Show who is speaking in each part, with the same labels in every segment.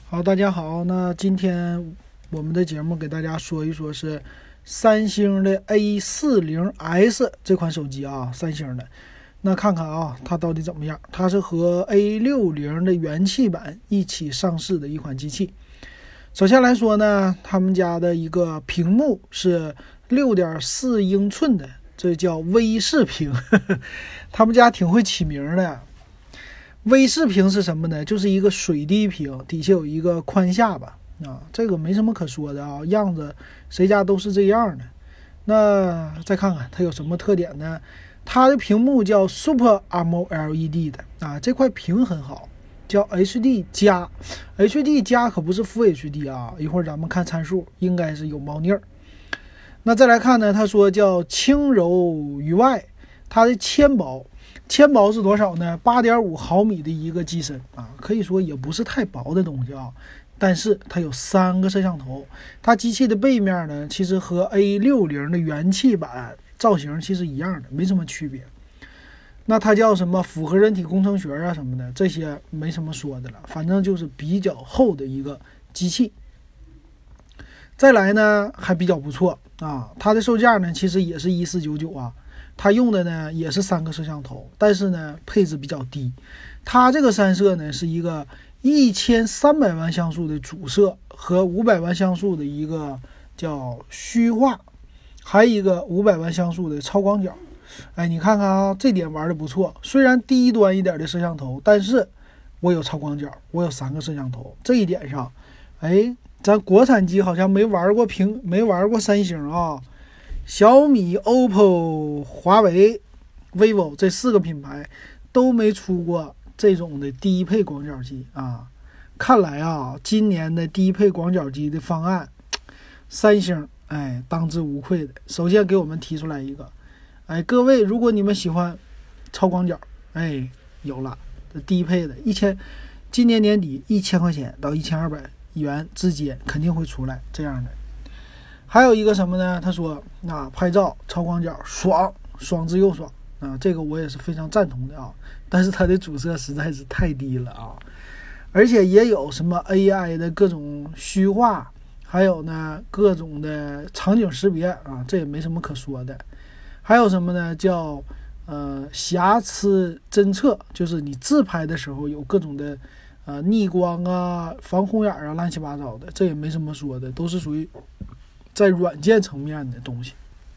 Speaker 1: 好，大家好，那今天我们的节目给大家说一说是三星的 A40S 这款手机啊，三星的。那看看啊，它到底怎么样？它是和 A60的元气版一起上市的一款机器。首先来说呢，他们家的一个屏幕是6.4英寸的，这叫微视屏。他们家挺会起名的。微视屏是什么呢？就是一个水滴屏，底下有一个宽下巴啊，这个没什么可说的啊，样子谁家都是这样的。那再看看它有什么特点呢？它的屏幕叫 Super AMOLED 的啊，这块屏很好，叫 HD 加。HD 加可不是 Full HD 啊，一会儿咱们看参数应该是有猫腻儿。那再来看呢，他说叫轻柔于外，它的纤薄是多少呢？ 8.5 毫米的一个机身啊，可以说也不是太薄的东西啊。但是它有3个摄像头，它机器的背面呢，其实和 A60的元气版造型其实一样的，没什么区别。那它叫什么复合人体工程学啊什么的，这些没什么说的了，反正就是比较厚的一个机器。再来呢，还比较不错啊，它的售价呢其实也是1499啊。它用的呢也是3个摄像头，但是呢配置比较低。它这个三摄呢是一个1300万像素的主摄和500万像素的一个叫虚化，还有一个500万像素的超广角。哎，你看看啊，这点玩的不错。虽然低端一点的摄像头，但是我有超广角，我有3个摄像头，这一点上，哎，咱国产机好像没玩过三星啊。小米、OPPO、华为、vivo 这4个品牌都没出过这种的低配广角机啊。看来啊，今年的低配广角机的方案，三星当之无愧的。首先给我们提出来一个，各位如果你们喜欢超广角，有了这低配的今年年底1000块钱到1200元之间肯定会出来这样的。还有一个什么呢？他说拍照超广角爽之又爽啊，这个我也是非常赞同的啊。但是它的主摄实在是太低了啊，而且也有什么 AI 的各种虚化，还有呢各种的场景识别啊，这也没什么可说的。还有什么呢？叫瑕疵侦测，就是你自拍的时候有各种的逆光啊、防红眼啊，乱七八糟的，这也没什么说的，都是属于在软件层面的东西。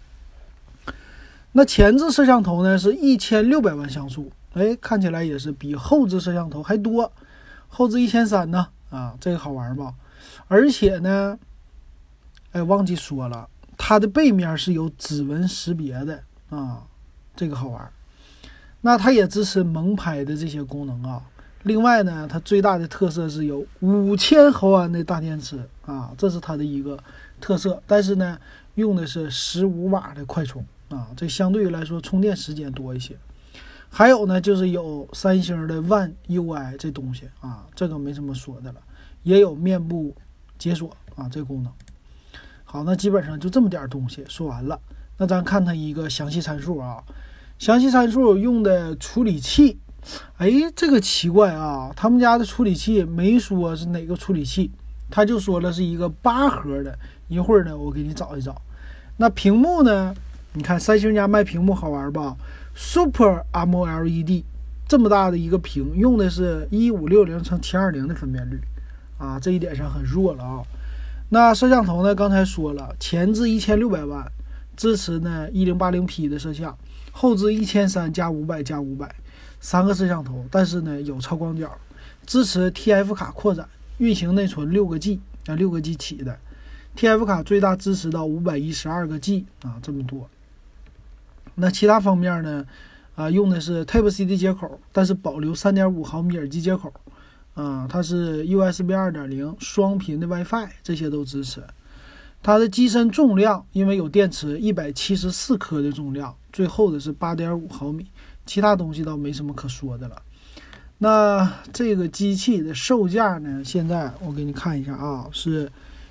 Speaker 1: 那前置摄像头呢是1600万像素，看起来也是比后置摄像头还多，后置1300呢啊，这个好玩吧？而且呢，忘记说了，它的背面是有指纹识别的啊，这个好玩。那它也支持萌拍的这些功能啊。另外呢，它最大的特色是有5000毫安的大电池啊，这是它的一个特色。但是呢，用的是15瓦的快充啊，这相对于来说充电时间多一些。还有呢，就是有三星的 One UI 这东西啊，这个没什么说的了。也有面部解锁啊，这个功能。好，那基本上就这么点东西说完了。那咱看它一个详细参数啊，详细参数用的处理器。这个奇怪啊，他们家的处理器没说是哪个处理器，他就说了是一个8核的。一会儿呢我给你找一找。那屏幕呢，你看三星家卖屏幕好玩吧， Super AMOLED 这么大的一个屏，用的是1560×720的分辨率啊，这一点上很弱了啊。那摄像头呢，刚才说了，前置1600万，支持呢 1080P 的摄像，后置1300加500加500，3个摄像头，但是呢有超广角，支持 TF 卡扩展，运行内存6个 G 啊，6个 G 起的 TF 卡最大支持到512个 G 啊，这么多。那其他方面呢，用的是 Type-C 的接口，但是保留 3.5 毫米耳机接口啊，它是 USB 2.0 双频的 WiFi， 这些都支持。它的机身重量因为有电池174克的重量，最厚的是 8.5 毫米，其他东西倒没什么可说的了。那这个机器的售价呢，现在我给你看一下啊，是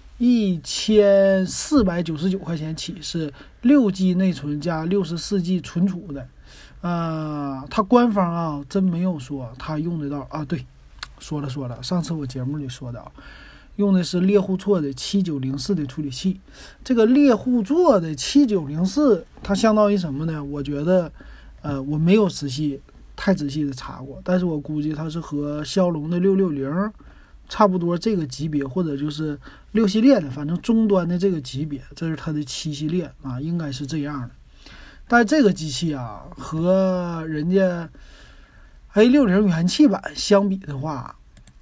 Speaker 1: 1499块钱起，是6G 内存加64G 存储的。它官方啊真没有说它用得到啊，对， 说了，上次我节目里说的啊，用的是猎户座的7904的处理器。这个猎户座的7904，它相当于什么呢？我觉得，我没有太仔细的查过，但是我估计它是和骁龙的660差不多这个级别，或者就是6系列的，反正终端的这个级别，这是它的7系列啊，应该是这样的。但这个机器啊，和人家 A60 元气版相比的话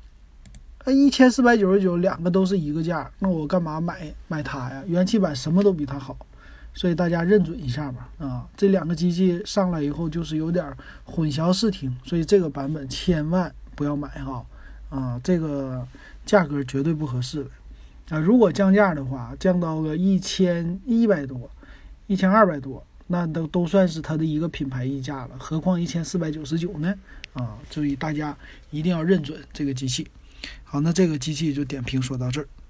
Speaker 1: ，1499两个都是一个价，那我干嘛买它呀？元气版什么都比它好，所以大家认准一下吧。啊，这两个机器上来以后就是有点混淆视听，所以这个版本千万不要买哈。啊，这个价格绝对不合适的。啊，如果降价的话，降到个1100多、1200多。那都算是它的一个品牌溢价了，何况1499呢？啊，所以大家一定要认准这个机器。好，那这个机器就点评说到这儿。